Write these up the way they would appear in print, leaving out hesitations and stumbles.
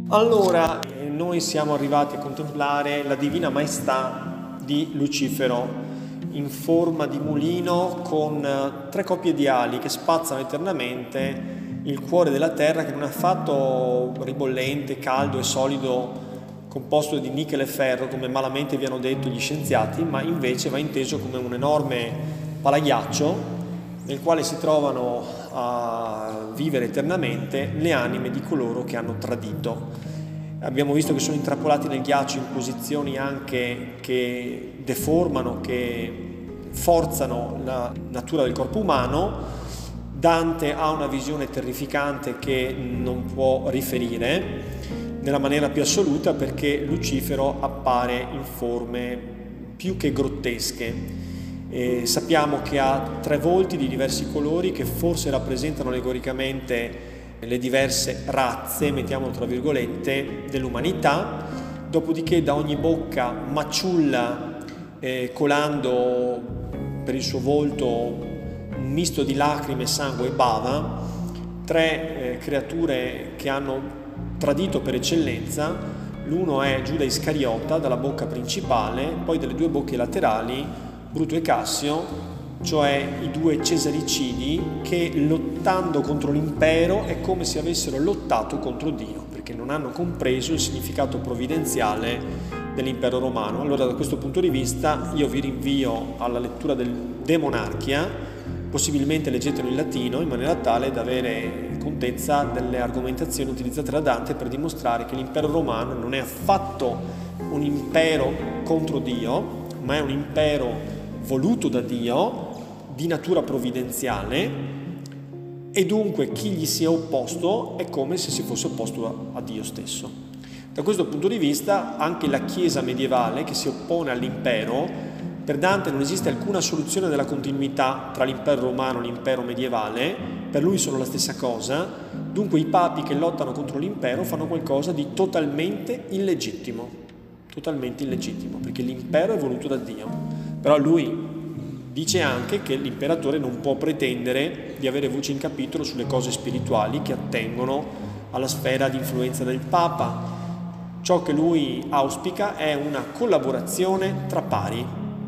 Allora, noi siamo arrivati a contemplare la Divina Maestà di Lucifero in forma di mulino con tre coppie di ali che spazzano eternamente il cuore della Terra, che non è affatto ribollente, caldo e solido, composto di nichel e ferro, come malamente vi hanno detto gli scienziati, ma invece va inteso come un enorme palaghiaccio nel quale si trovano a vivere eternamente le anime di coloro che hanno tradito. Abbiamo visto che sono intrappolati nel ghiaccio in posizioni anche che deformano, che forzano la natura del corpo umano. Dante ha una visione terrificante che non può riferire nella maniera più assoluta, perché Lucifero appare in forme più che grottesche. Sappiamo che ha tre volti di diversi colori che forse rappresentano allegoricamente le diverse razze, mettiamolo tra virgolette, dell'umanità. Dopodiché da ogni bocca maciulla, colando per il suo volto un misto di lacrime, sangue e bava, tre creature che hanno tradito per eccellenza. L'uno è Giuda Iscariota dalla bocca principale, poi dalle due bocche laterali Bruto e Cassio, cioè i due cesaricidi che, lottando contro l'impero, è come se avessero lottato contro Dio, perché non hanno compreso il significato provvidenziale dell'impero romano. Allora, da questo punto di vista, io vi rinvio alla lettura del De Monarchia, possibilmente leggetelo in latino, in maniera tale da avere contezza delle argomentazioni utilizzate da Dante per dimostrare che l'impero romano non è affatto un impero contro Dio, ma è un impero voluto da Dio, di natura provvidenziale, e dunque chi gli si è opposto è come se si fosse opposto a Dio stesso. Da questo punto di vista anche la Chiesa medievale, che si oppone all'impero, per Dante non esiste alcuna soluzione della continuità tra l'impero romano e l'impero medievale, per lui sono la stessa cosa. Dunque i papi che lottano contro l'impero fanno qualcosa di totalmente illegittimo, perché l'impero è voluto da Dio. Però lui dice anche che l'imperatore non può pretendere di avere voce in capitolo sulle cose spirituali che attengono alla sfera di influenza del Papa. Ciò che lui auspica è una collaborazione tra pari.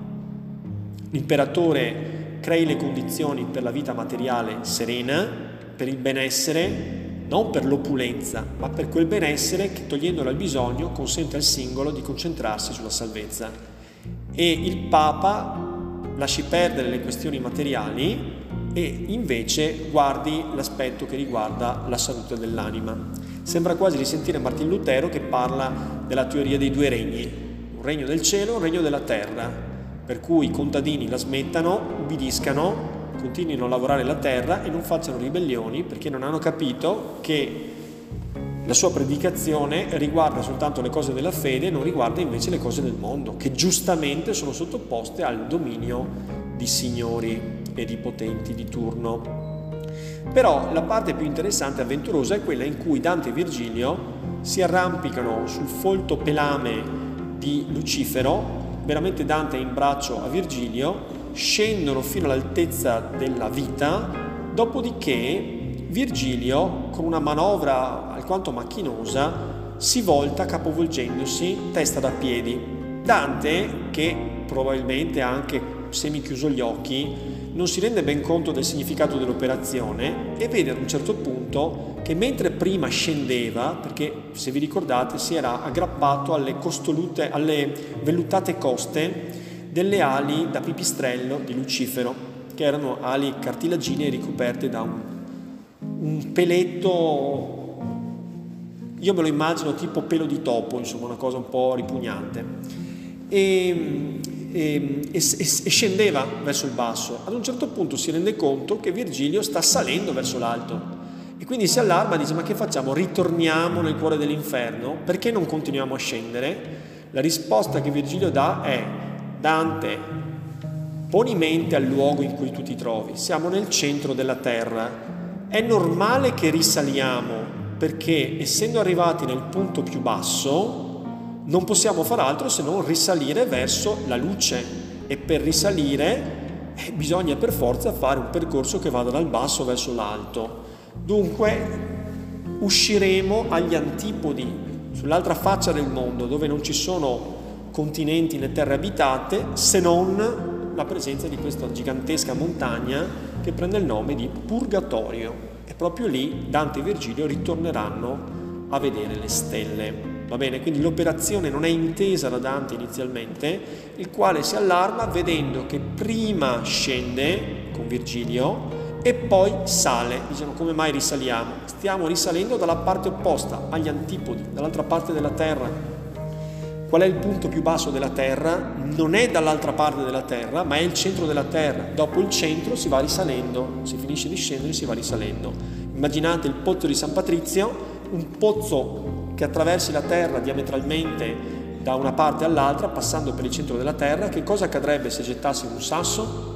L'imperatore crei le condizioni per la vita materiale serena, per il benessere, non per l'opulenza, ma per quel benessere che, togliendolo al bisogno, consente al singolo di concentrarsi sulla salvezza. E il Papa lasci perdere le questioni materiali e invece guardi l'aspetto che riguarda la salute dell'anima. Sembra quasi di sentire Martin Lutero che parla della teoria dei due regni, un regno del cielo e un regno della terra, per cui i contadini la smettano, ubbidiscano, continuino a lavorare la terra e non facciano ribellioni, perché non hanno capito che la sua predicazione riguarda soltanto le cose della fede e non riguarda invece le cose del mondo, che giustamente sono sottoposte al dominio di signori e di potenti di turno. Però la parte più interessante e avventurosa è quella in cui Dante e Virgilio si arrampicano sul folto pelame di Lucifero, veramente Dante è in braccio a Virgilio, scendono fino all'altezza della vita, dopodiché Virgilio, con una manovra alquanto macchinosa, si volta capovolgendosi testa da piedi. Dante, che probabilmente ha anche semichiuso gli occhi, non si rende ben conto del significato dell'operazione e vede ad un certo punto che mentre prima scendeva, perché se vi ricordate si era aggrappato alle vellutate coste delle ali da pipistrello di Lucifero, che erano ali cartilaginee ricoperte da un peletto, io me lo immagino tipo pelo di topo, insomma una cosa un po' ripugnante, e scendeva verso il basso. Ad un certo punto si rende conto che Virgilio sta salendo verso l'alto e quindi si allarma e dice: ma che facciamo? Ritorniamo nel cuore dell'inferno? Perché non continuiamo a scendere? La risposta che Virgilio dà è: Dante, poni mente al luogo in cui tu ti trovi, siamo nel centro della terra. È normale che risaliamo, perché essendo arrivati nel punto più basso non possiamo far altro se non risalire verso la luce, e per risalire bisogna per forza fare un percorso che vada dal basso verso l'alto. Dunque usciremo agli antipodi sull'altra faccia del mondo, dove non ci sono continenti né terre abitate, se non la presenza di questa gigantesca montagna che prende il nome di Purgatorio. E proprio lì Dante e Virgilio ritorneranno a vedere le stelle. Va bene? Quindi l'operazione non è intesa da Dante inizialmente, il quale si allarma vedendo che prima scende con Virgilio e poi sale. Diciamo, come mai risaliamo? Stiamo risalendo dalla parte opposta, agli antipodi, dall'altra parte della Terra. Qual è il punto più basso della Terra? Non è dall'altra parte della Terra, ma è il centro della Terra. Dopo il centro si va risalendo, si finisce di scendere e si va risalendo. Immaginate il pozzo di San Patrizio, un pozzo che attraversi la Terra diametralmente da una parte all'altra, passando per il centro della Terra. Che cosa accadrebbe se gettassimo un sasso?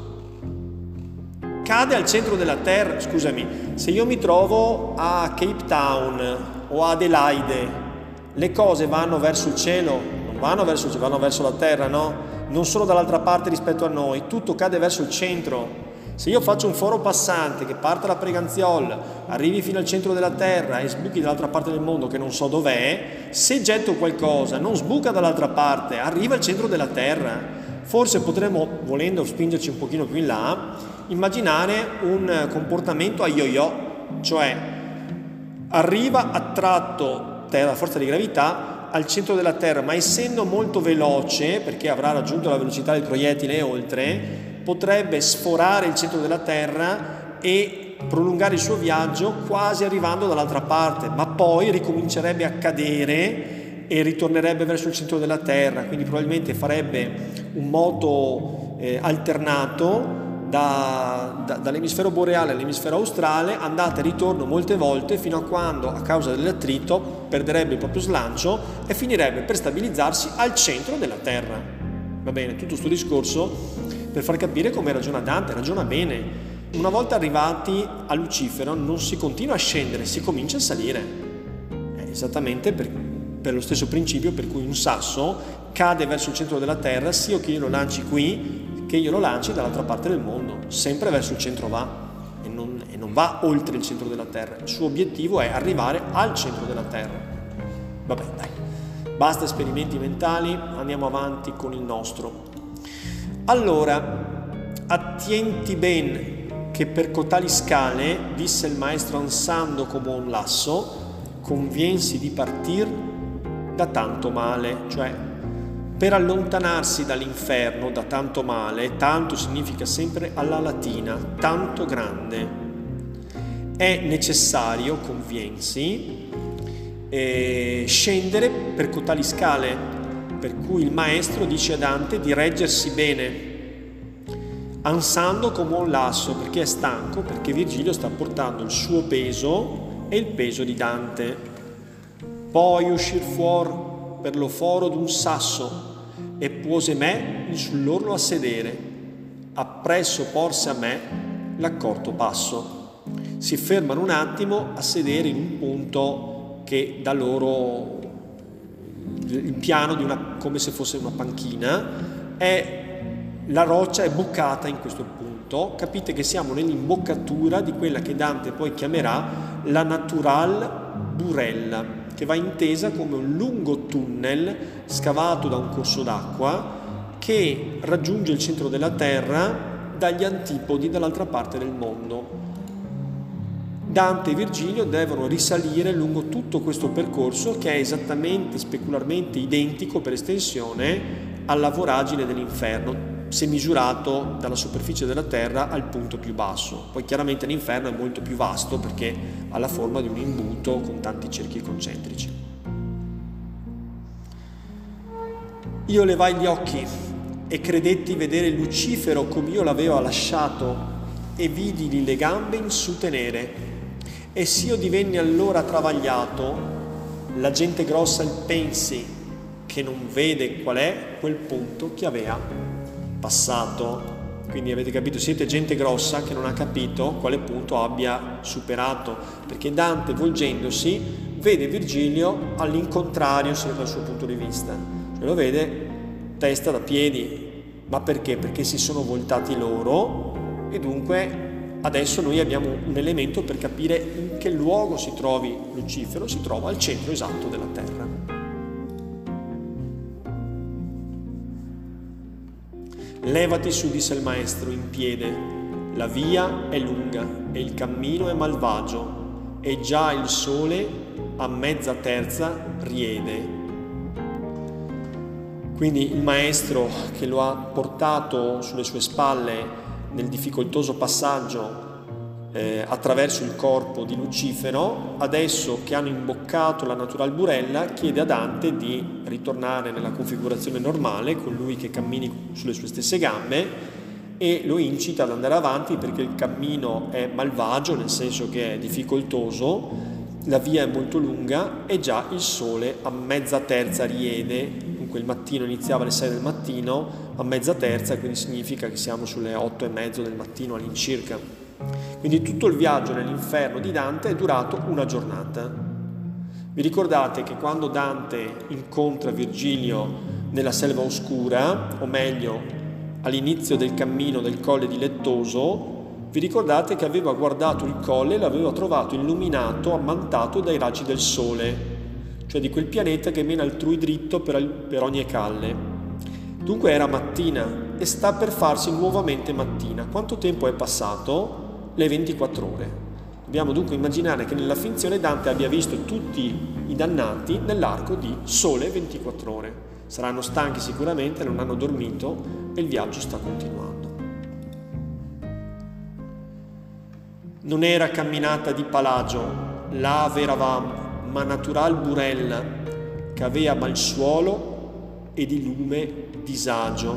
Cade al centro della Terra. Scusami, se io mi trovo a Cape Town o a Adelaide, le cose vanno verso il cielo? Non vanno verso il cielo, vanno verso la Terra, no? Non sono dall'altra parte rispetto a noi, tutto cade verso il centro. Se io faccio un foro passante che parte da Preganziol, arrivi fino al centro della Terra e sbuchi dall'altra parte del mondo che non so dov'è, se getto qualcosa non sbuca dall'altra parte, arriva al centro della Terra. Forse potremmo, volendo spingerci un pochino più in là, immaginare un comportamento a yo-yo, cioè arriva attratto dalla forza di gravità al centro della Terra, ma essendo molto veloce, perché avrà raggiunto la velocità del proiettile e oltre, potrebbe sforare il centro della Terra e prolungare il suo viaggio quasi arrivando dall'altra parte, ma poi ricomincerebbe a cadere e ritornerebbe verso il centro della Terra, quindi probabilmente farebbe un moto alternato dall'emisfero boreale all'emisfero australe, andata e ritorno molte volte, fino a quando, a causa dell'attrito, perderebbe il proprio slancio e finirebbe per stabilizzarsi al centro della Terra. Va bene, tutto questo discorso per far capire come ragiona Dante. Ragiona bene. Una volta arrivati a Lucifero non si continua a scendere, si comincia a salire. Esattamente per lo stesso principio per cui un sasso cade verso il centro della Terra, sia che io lo lanci qui che io lo lanci dall'altra parte del mondo, sempre verso il centro va e non va oltre il centro della Terra. Il suo obiettivo è arrivare al centro della Terra. Vabbè, dai, basta esperimenti mentali, andiamo avanti con il nostro. Allora, attienti ben che per cotali scale, disse il maestro ansando come un lasso, conviensi di partir da tanto male, cioè per allontanarsi dall'inferno, da tanto male. Tanto significa sempre alla latina, tanto grande. È necessario, conviensi, scendere per cotali scale, per cui il maestro dice a Dante di reggersi bene, ansando come un lasso, perché è stanco, perché Virgilio sta portando il suo peso e il peso di Dante. Poi uscir fuori per lo foro d'un sasso e puose me sull'orlo a sedere, appresso porse a me l'accorto passo. Si fermano un attimo a sedere in un punto che dà loro il piano di come se fosse una panchina, la roccia è bucata in questo punto. Capite che siamo nell'imboccatura di quella che Dante poi chiamerà la natural burella, che va intesa come un lungo tunnel scavato da un corso d'acqua che raggiunge il centro della Terra dagli antipodi dall'altra parte del mondo. Dante e Virgilio devono risalire lungo tutto questo percorso, che è esattamente, specularmente identico per estensione alla voragine dell'inferno, se misurato dalla superficie della Terra al punto più basso. Poi chiaramente l'inferno è molto più vasto perché ha la forma di un imbuto con tanti cerchi concentrici. Io levai gli occhi e credetti vedere Lucifero come io l'aveva lasciato e vidili le gambe in su tenere. E s'io divenne allora travagliato, la gente grossa il pensi che non vede qual è quel punto che avea passato. Quindi avete capito, siete gente grossa che non ha capito quale punto abbia superato, perché Dante, volgendosi, vede Virgilio all'incontrario dal suo punto di vista, cioè lo vede testa da piedi. Ma perché? Perché si sono voltati loro e dunque adesso noi abbiamo un elemento per capire in che luogo si trovi Lucifero. Si trova al centro esatto della Terra. Levati su, disse il maestro, in piede, la via è lunga e il cammino è malvagio, e già il sole a mezza terza riede. Quindi il maestro che lo ha portato sulle sue spalle nel difficoltoso passaggio attraverso il corpo di Lucifero, adesso che hanno imboccato la natural burella, chiede a Dante di ritornare nella configurazione normale, con lui che cammini sulle sue stesse gambe, e lo incita ad andare avanti perché il cammino è malvagio, nel senso che è difficoltoso, la via è molto lunga e già il sole a mezza terza riede. Dunque il mattino iniziava alle 6 del mattino, a mezza terza, quindi significa che siamo sulle 8:30 del mattino all'incirca. Quindi tutto il viaggio nell'inferno di Dante è durato una giornata. Vi ricordate che quando Dante incontra Virgilio nella selva oscura, o meglio all'inizio del cammino del Colle di Lettoso, vi ricordate che aveva guardato il colle e l'aveva trovato illuminato, ammantato dai raggi del sole, cioè di quel pianeta che mena altrui dritto per ogni calle. Dunque era mattina e sta per farsi nuovamente mattina. Quanto tempo è passato? Le 24 ore. Dobbiamo dunque immaginare che nella finzione Dante abbia visto tutti i dannati nell'arco di sole 24 ore. Saranno stanchi sicuramente, non hanno dormito e il viaggio sta continuando. Non era camminata di palagio, là veravam, ma natural burella, che avea mal suolo e di lume disagio.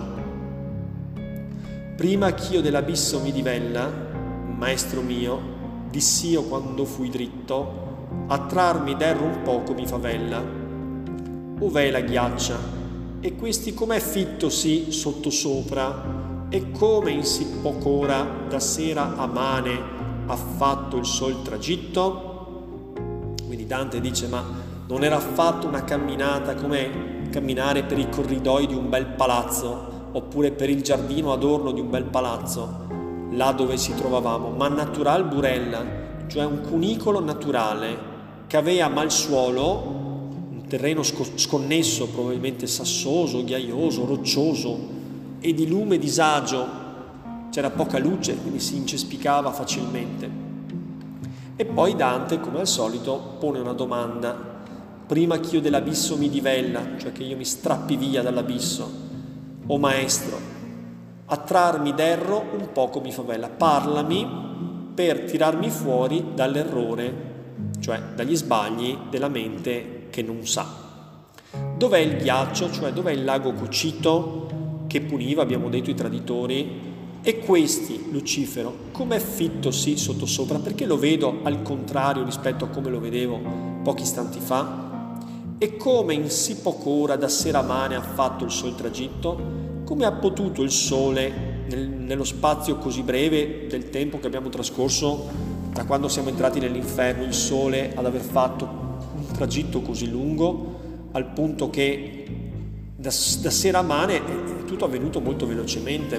Prima ch'io dell'abisso mi divella, maestro mio, diss'io quando fui dritto, a trarmi d'erro un poco mi favella. Ov'è la ghiaccia? E questi com'è fitto sì sottosopra, e come in sì poch'ora da sera a mane ha fatto il sol tragitto? Quindi Dante dice, ma non era affatto una camminata come camminare per i corridoi di un bel palazzo, oppure per il giardino adorno di un bel palazzo, là dove ci trovavamo, ma natural burella, cioè un cunicolo naturale che aveva mal suolo, un terreno sconnesso, probabilmente sassoso, ghiaioso, roccioso, e di lume disagio, c'era poca luce, quindi si incespicava facilmente. E poi Dante, come al solito, pone una domanda: prima ch'io dell'abisso mi divella, cioè che io mi strappi via dall'abisso, o maestro, a trarmi d'erro un poco mi favella, parlami per tirarmi fuori dall'errore, cioè dagli sbagli della mente che non sa. Dov'è il ghiaccio, cioè dov'è il lago cocito che puniva, abbiamo detto, i traditori? E questi, Lucifero, com'è fitto sì sottosopra? Perché lo vedo al contrario rispetto a come lo vedevo pochi istanti fa? E come in sì poch'ora da sera a mane ha fatto il sol tragitto? Come ha potuto il sole, nello spazio così breve del tempo che abbiamo trascorso da quando siamo entrati nell'inferno, il sole ad aver fatto un tragitto così lungo, al punto che da sera a mane è tutto avvenuto molto velocemente?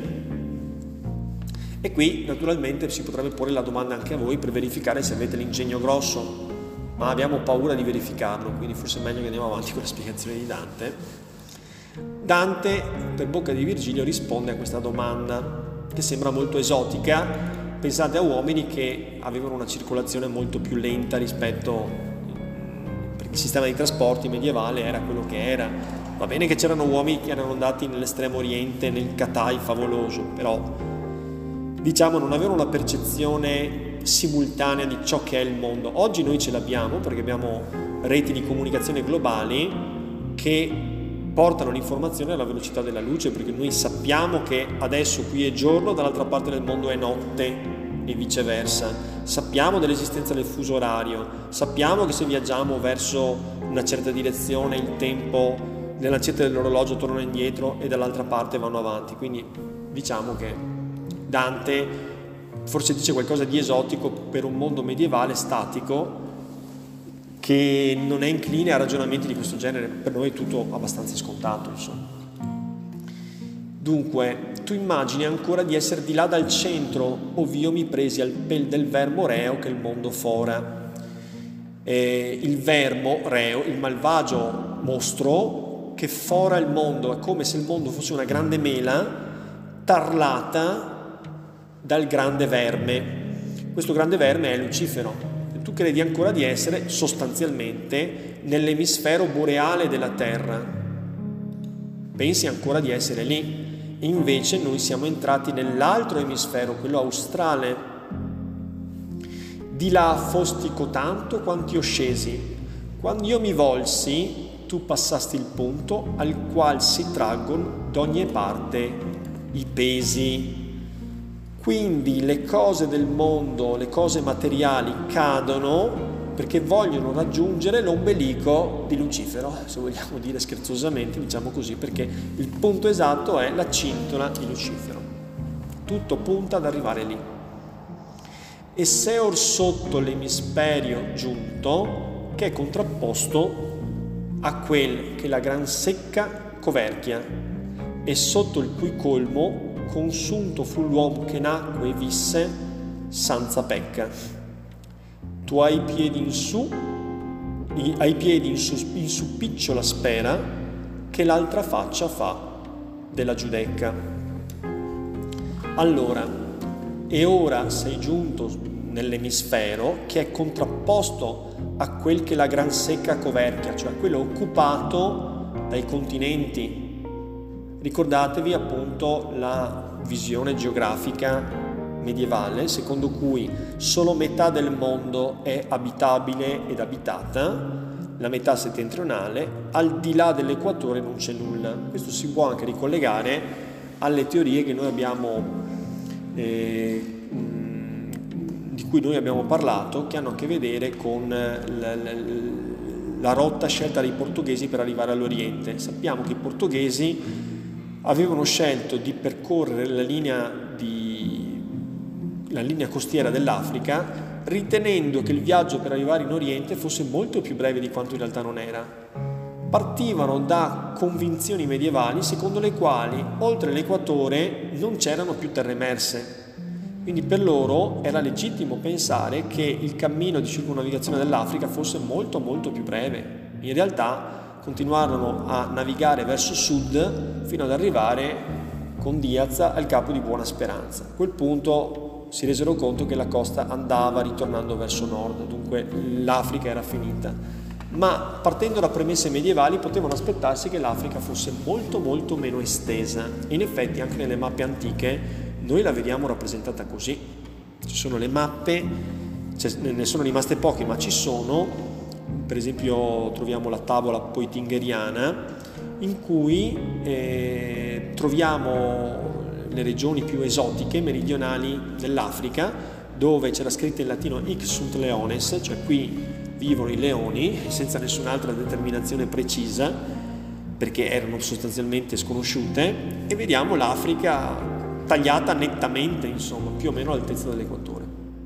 E qui naturalmente si potrebbe porre la domanda anche a voi per verificare se avete l'ingegno grosso, ma abbiamo paura di verificarlo, quindi forse è meglio che andiamo avanti con la spiegazione di Dante. Dante, per bocca di Virgilio, risponde a questa domanda che sembra molto esotica. Pensate a uomini che avevano una circolazione molto più lenta rispetto, perché il sistema di trasporti medievale era quello che era. Va bene che c'erano uomini che erano andati nell'estremo oriente, nel Catai favoloso, però diciamo non avevano una percezione simultanea di ciò che è il mondo. Oggi noi ce l'abbiamo perché abbiamo reti di comunicazione globali che portano l'informazione alla velocità della luce, perché noi sappiamo che adesso qui è giorno, dall'altra parte del mondo è notte e viceversa. Sappiamo dell'esistenza del fuso orario, sappiamo che se viaggiamo verso una certa direzione il tempo, le lancette dell'orologio tornano indietro e dall'altra parte vanno avanti. Quindi diciamo che Dante forse dice qualcosa di esotico per un mondo medievale statico che non è incline a ragionamenti di questo genere. Per noi è tutto abbastanza scontato, insomma. Dunque, tu immagini ancora di essere di là dal centro, ov'io mi presi al pel del vermo reo che il mondo fora. Il vermo reo, il malvagio mostro che fora il mondo, è come se il mondo fosse una grande mela tarlata dal grande verme. Questo grande verme è Lucifero. Tu credi ancora di essere sostanzialmente nell'emisfero boreale della Terra, pensi ancora di essere lì. Invece noi siamo entrati nell'altro emisfero, quello australe. Di là fosti cotanto quanti io scesi. Quando io mi volsi, tu passasti il punto al qual si traggono d'ogni parte i pesi. Quindi le cose del mondo, le cose materiali cadono perché vogliono raggiungere l'ombelico di Lucifero, se vogliamo dire scherzosamente, diciamo così, perché il punto esatto è la cintola di Lucifero. Tutto punta ad arrivare lì. E se or sotto l'emisferio giunto, che è contrapposto a quel che la gran secca coverchia, e sotto il cui colmo consunto fu l'uomo che nacque e visse senza pecca. Tu hai i piedi in su, in su picciola spera, che l'altra faccia fa della Giudecca. Allora, e ora sei giunto nell'emisfero che è contrapposto a quel che la gran secca coverchia, cioè quello occupato dai continenti. Ricordatevi appunto la visione geografica medievale, secondo cui solo metà del mondo è abitabile ed abitata, la metà settentrionale, al di là dell'equatore non c'è nulla. Questo si può anche ricollegare alle teorie che noi abbiamo, di cui noi abbiamo parlato, che hanno a che vedere con la rotta scelta dai portoghesi per arrivare all'Oriente. Sappiamo che i portoghesi avevano scelto di percorrere la linea costiera dell'Africa, ritenendo che il viaggio per arrivare in Oriente fosse molto più breve di quanto in realtà non era. Partivano da convinzioni medievali secondo le quali oltre l'equatore non c'erano più terre emerse. Quindi per loro era legittimo pensare che il cammino di circumnavigazione dell'Africa fosse molto molto più breve. In realtà continuarono a navigare verso sud fino ad arrivare con Diaz al Capo di Buona Speranza. A quel punto si resero conto che la costa andava ritornando verso nord, dunque l'Africa era finita. Ma partendo da premesse medievali potevano aspettarsi che l'Africa fosse molto molto meno estesa. In effetti anche nelle mappe antiche noi la vediamo rappresentata così. Ci sono le mappe, ne sono rimaste poche ma ci sono, per esempio troviamo la tavola poitingheriana in cui troviamo le regioni più esotiche, meridionali dell'Africa, dove c'era scritto in latino hic sunt leones, cioè qui vivono i leoni, senza nessun'altra determinazione precisa, perché erano sostanzialmente sconosciute, e vediamo l'Africa tagliata nettamente, insomma, più o meno all'altezza dell'equatore.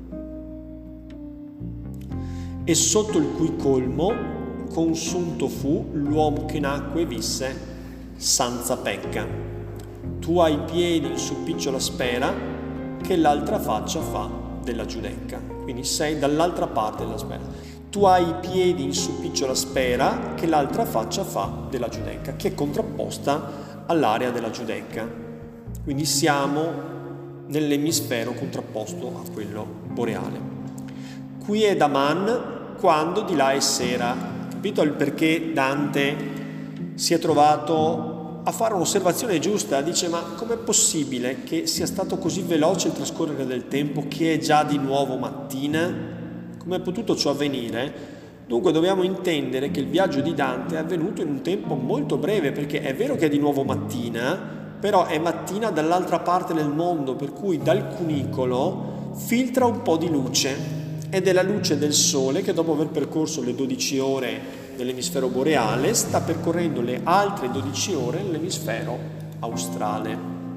E sotto il cui colmo consunto fu l'uomo che nacque e visse senza pecca. Tu hai i piedi in su picciola spera, che l'altra faccia fa della Giudecca. Quindi sei dall'altra parte della spera. Tu hai i piedi in su picciola spera, che l'altra faccia fa della Giudecca, che è contrapposta all'area della Giudecca. Quindi siamo nell'emisfero contrapposto a quello boreale. Qui è Daman, quando di là è sera. Capito il perché Dante si è trovato a fare un'osservazione giusta? Dice: ma com'è possibile che sia stato così veloce il trascorrere del tempo, che è già di nuovo mattina? Come è potuto ciò avvenire? Dunque dobbiamo intendere che il viaggio di Dante è avvenuto in un tempo molto breve, perché è vero che è di nuovo mattina, però è mattina dall'altra parte del mondo, per cui dal cunicolo filtra un po' di luce, ed è la luce del sole che, dopo aver percorso le 12 ore dell'emisfero boreale, sta percorrendo le altre 12 ore nell'emisfero australe.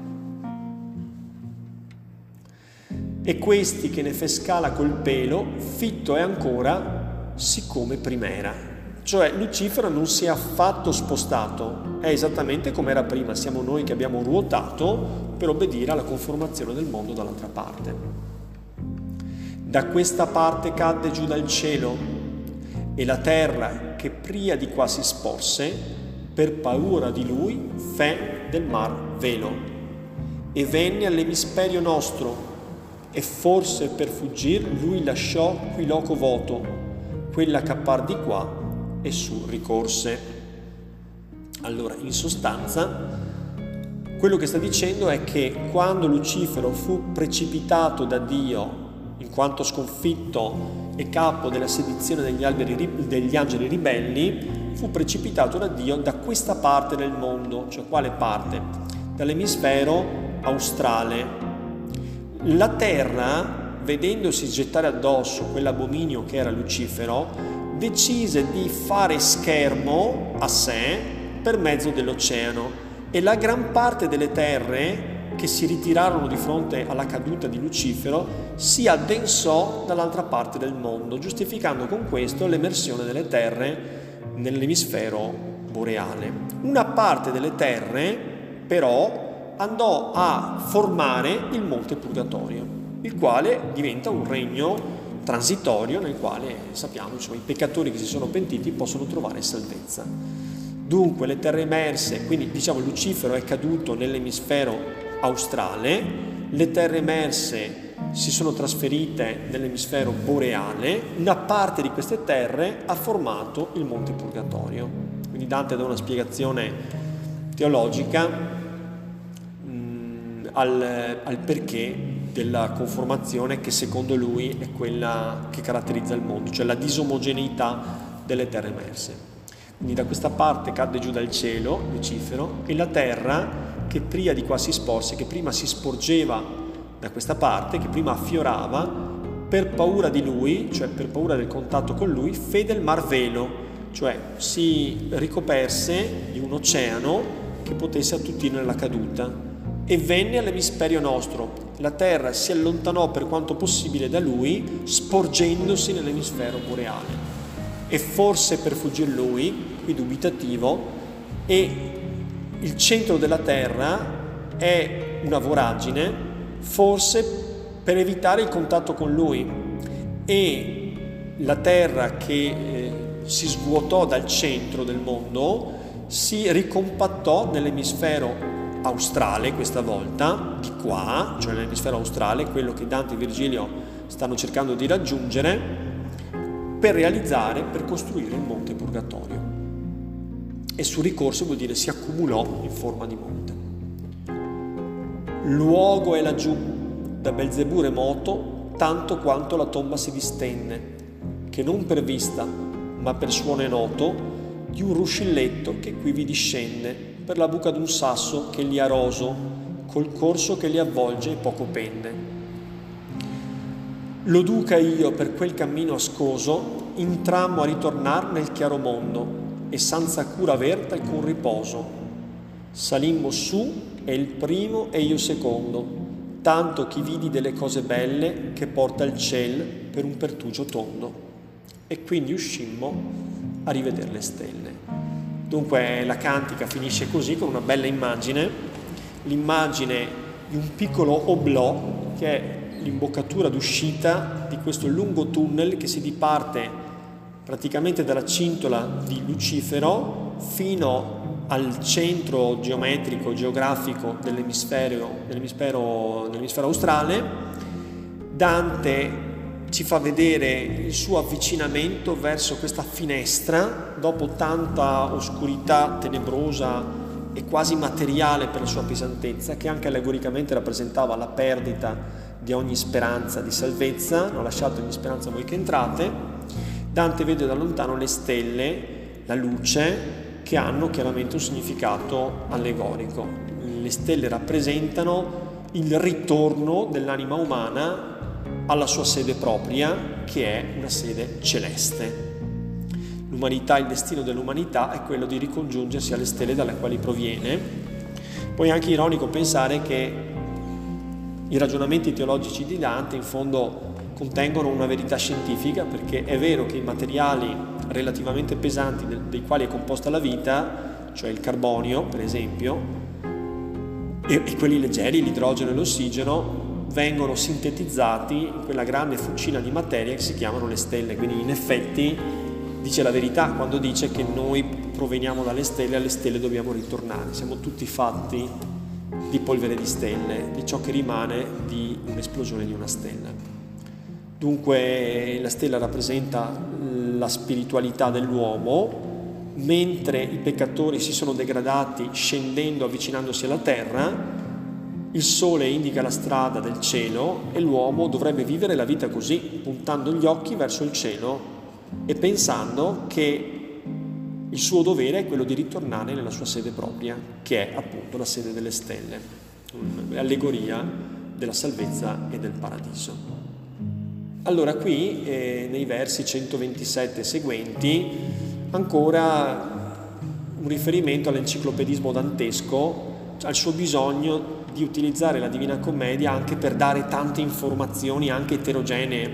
E questi che ne fe scala col pelo, fitto è ancora siccome prim'era. Cioè Lucifero non si è affatto spostato, è esattamente come era prima, siamo noi che abbiamo ruotato per obbedire alla conformazione del mondo dall'altra parte. Da questa parte cadde giù dal cielo, e la terra che pria di qua si sporse, per paura di lui fe del mar velo, e venne all'emisperio nostro, e forse per fuggir lui lasciò qui loco voto, quella cappar di qua e su ricorse. Allora, in sostanza, quello che sta dicendo è che quando Lucifero fu precipitato da Dio in quanto sconfitto e capo della sedizione degli angeli ribelli, fu precipitato da Dio da questa parte del mondo. Cioè quale parte? Dall'emisfero australe. La terra, vedendosi gettare addosso quell'abominio che era Lucifero, decise di fare schermo a sé per mezzo dell'oceano, e la gran parte delle terre che si ritirarono di fronte alla caduta di Lucifero si addensò dall'altra parte del mondo, giustificando con questo l'emersione delle terre nell'emisfero boreale. Una parte delle terre però andò a formare il Monte Purgatorio, il quale diventa un regno transitorio nel quale, sappiamo, insomma, i peccatori che si sono pentiti possono trovare salvezza. Dunque le terre emerse, quindi diciamo Lucifero è caduto nell'emisfero australe, le terre emerse si sono trasferite nell'emisfero boreale, una parte di queste terre ha formato il Monte Purgatorio. Quindi Dante dà una spiegazione teologica al perché della conformazione che secondo lui è quella che caratterizza il mondo, cioè la disomogeneità delle terre emerse. Quindi da questa parte cadde giù dal cielo Lucifero, e la terra che pria di qua si sporse, che prima si sporgeva da questa parte, che prima affiorava, per paura di lui, cioè per paura del contatto con lui, fe del mar velo, cioè si ricoperse di un oceano che potesse attutire la caduta, e venne all'emisperio nostro. La terra si allontanò per quanto possibile da lui, sporgendosi nell'emisfero boreale. E forse per fuggir lui, qui dubitativo, e il centro della terra è una voragine, forse per evitare il contatto con lui, e la terra che si svuotò dal centro del mondo si ricompattò nell'emisfero australe questa volta, di qua, cioè nell'emisfero australe, quello che Dante e Virgilio stanno cercando di raggiungere per costruire il Monte Purgatorio. E su ricorso vuol dire si accumulò in forma di monte. Luogo è laggiù, da Belzebù remoto, tanto quanto la tomba si distenne, che non per vista, ma per suono è noto, di un ruscilletto che qui vi discende, per la buca d'un sasso che li ha roso, col corso che li avvolge e poco pende. Lo duca io per quel cammino ascoso, intrammo a ritornar nel chiaro mondo, e senza cura aver alcun riposo. Salimmo su, e il primo e io secondo, tanto chi vidi delle cose belle che porta il ciel per un pertugio tondo. E quindi uscimmo a rivedere le stelle. Dunque la cantica finisce così, con una bella immagine, l'immagine di un piccolo oblò che è l'imboccatura d'uscita di questo lungo tunnel che si diparte praticamente dalla cintola di Lucifero fino al centro geometrico, geografico dell'emisfero australe. Dante ci fa vedere il suo avvicinamento verso questa finestra dopo tanta oscurità tenebrosa e quasi materiale per la sua pesantezza, che anche allegoricamente rappresentava la perdita di ogni speranza di salvezza. Non lasciate ogni speranza voi che entrate. Dante vede da lontano le stelle, la luce, che hanno chiaramente un significato allegorico. Le stelle rappresentano il ritorno dell'anima umana alla sua sede propria, che è una sede celeste. L'umanità, il destino dell'umanità è quello di ricongiungersi alle stelle dalle quali proviene. Poi è anche ironico pensare che i ragionamenti teologici di Dante in fondo contengono una verità scientifica, perché è vero che i materiali relativamente pesanti dei quali è composta la vita, cioè il carbonio per esempio, e quelli leggeri, l'idrogeno e l'ossigeno, vengono sintetizzati in quella grande fucina di materia che si chiamano le stelle. Quindi in effetti dice la verità quando dice che noi proveniamo dalle stelle e alle stelle dobbiamo ritornare. Siamo tutti fatti di polvere di stelle, di ciò che rimane di un'esplosione di una stella. Dunque la stella rappresenta la spiritualità dell'uomo, mentre i peccatori si sono degradati scendendo, avvicinandosi alla terra. Il sole indica la strada del cielo e l'uomo dovrebbe vivere la vita così, puntando gli occhi verso il cielo e pensando che il suo dovere è quello di ritornare nella sua sede propria, che è appunto la sede delle stelle, un'allegoria della salvezza e del paradiso. Allora qui nei versi 127 e seguenti ancora un riferimento all'enciclopedismo dantesco, al suo bisogno di utilizzare la Divina Commedia anche per dare tante informazioni anche eterogenee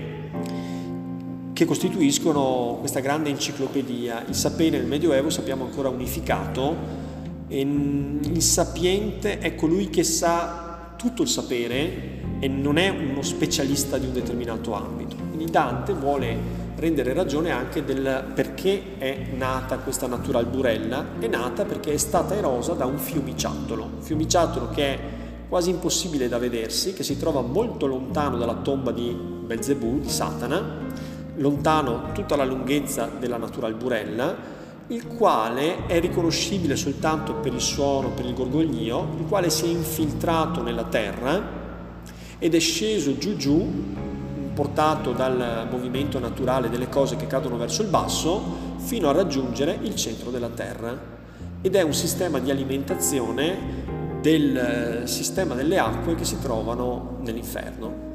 che costituiscono questa grande enciclopedia. Il sapere nel Medioevo sappiamo ancora unificato, e il sapiente è colui che sa tutto il sapere e non è uno specialista di un determinato ambito. Quindi Dante vuole rendere ragione anche del perché è nata questa natural burella. È nata perché è stata erosa da un fiumiciattolo che è quasi impossibile da vedersi, che si trova molto lontano dalla tomba di Belzebù, di Satana, lontano tutta la lunghezza della natural burella, il quale è riconoscibile soltanto per il suono, per il gorgoglio, il quale si è infiltrato nella terra ed è sceso giù, portato dal movimento naturale delle cose che cadono verso il basso, fino a raggiungere il centro della terra. Ed è un sistema di alimentazione del sistema delle acque che si trovano nell'inferno.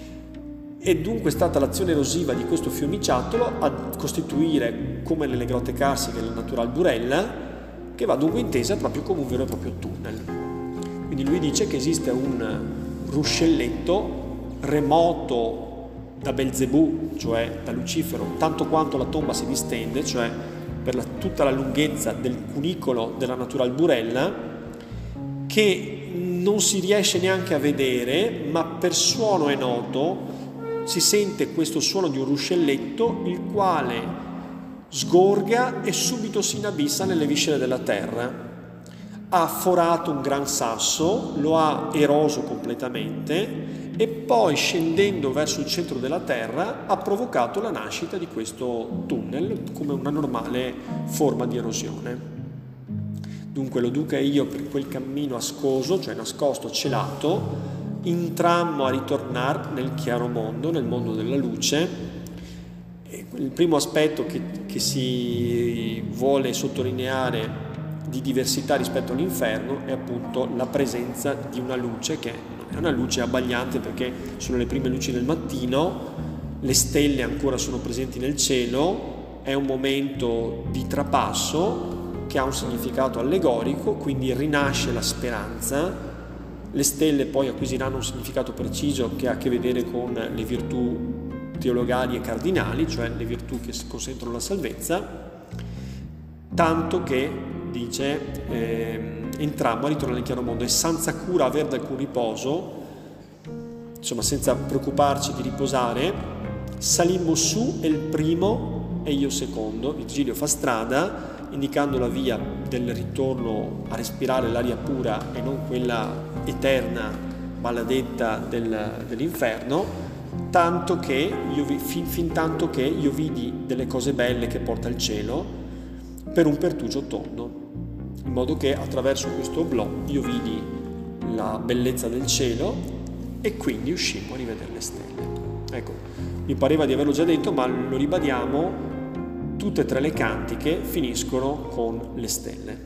E dunque è stata l'azione erosiva di questo fiumiciattolo a costituire, come nelle grotte carsiche, la natural burella, che va dunque intesa proprio come un vero e proprio tunnel. Quindi lui dice che esiste un ruscelletto remoto da Belzebù, cioè da Lucifero, tanto quanto la tomba si distende, cioè per tutta la lunghezza del cunicolo della natural burella, che non si riesce neanche a vedere, ma per suono è noto. Si sente questo suono di un ruscelletto, il quale sgorga e subito si inabissa nelle viscere della terra. Ha forato un gran sasso, lo ha eroso completamente e poi, scendendo verso il centro della terra, ha provocato la nascita di questo tunnel come una normale forma di erosione. Dunque lo duca e io per quel cammino ascoso, cioè nascosto, celato, intrammo a ritornare nel chiaro mondo, nel mondo della luce. E il primo aspetto che si vuole sottolineare di diversità rispetto all'inferno è appunto la presenza di una luce che non è una luce abbagliante, perché sono le prime luci del mattino, le stelle ancora sono presenti nel cielo, è un momento di trapasso che ha un significato allegorico, quindi rinasce la speranza. Le stelle poi acquisiranno un significato preciso che ha a che vedere con le virtù teologali e cardinali, cioè le virtù che consentono la salvezza, tanto che, dice, entrammo a ritornare nel chiaro mondo e senza cura aver alcun riposo, insomma senza preoccuparci di riposare, salimmo su e il primo e io secondo. Virgilio fa strada indicando la via del ritorno a respirare l'aria pura e non quella eterna, maledetta dell'inferno, tanto che fin tanto che io vidi delle cose belle che porta il cielo per un pertugio tondo, in modo che attraverso questo oblò io vidi la bellezza del cielo e quindi uscimmo a rivedere le stelle. Ecco, mi pareva di averlo già detto, ma lo ribadiamo. Tutte e tre le cantiche finiscono con le stelle,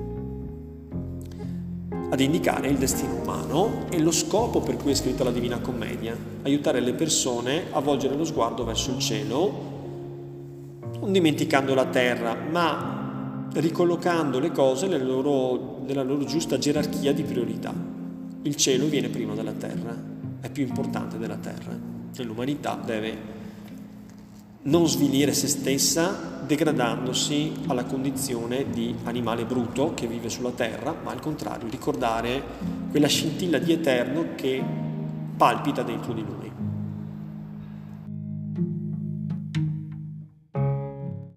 ad indicare il destino umano e lo scopo per cui è scritta la Divina Commedia: aiutare le persone a volgere lo sguardo verso il cielo, non dimenticando la terra, ma ricollocando le cose nella loro giusta gerarchia di priorità. Il cielo viene prima della terra, è più importante della terra. L'umanità deve non svilire se stessa degradandosi alla condizione di animale bruto che vive sulla terra, ma al contrario ricordare quella scintilla di eterno che palpita dentro di noi.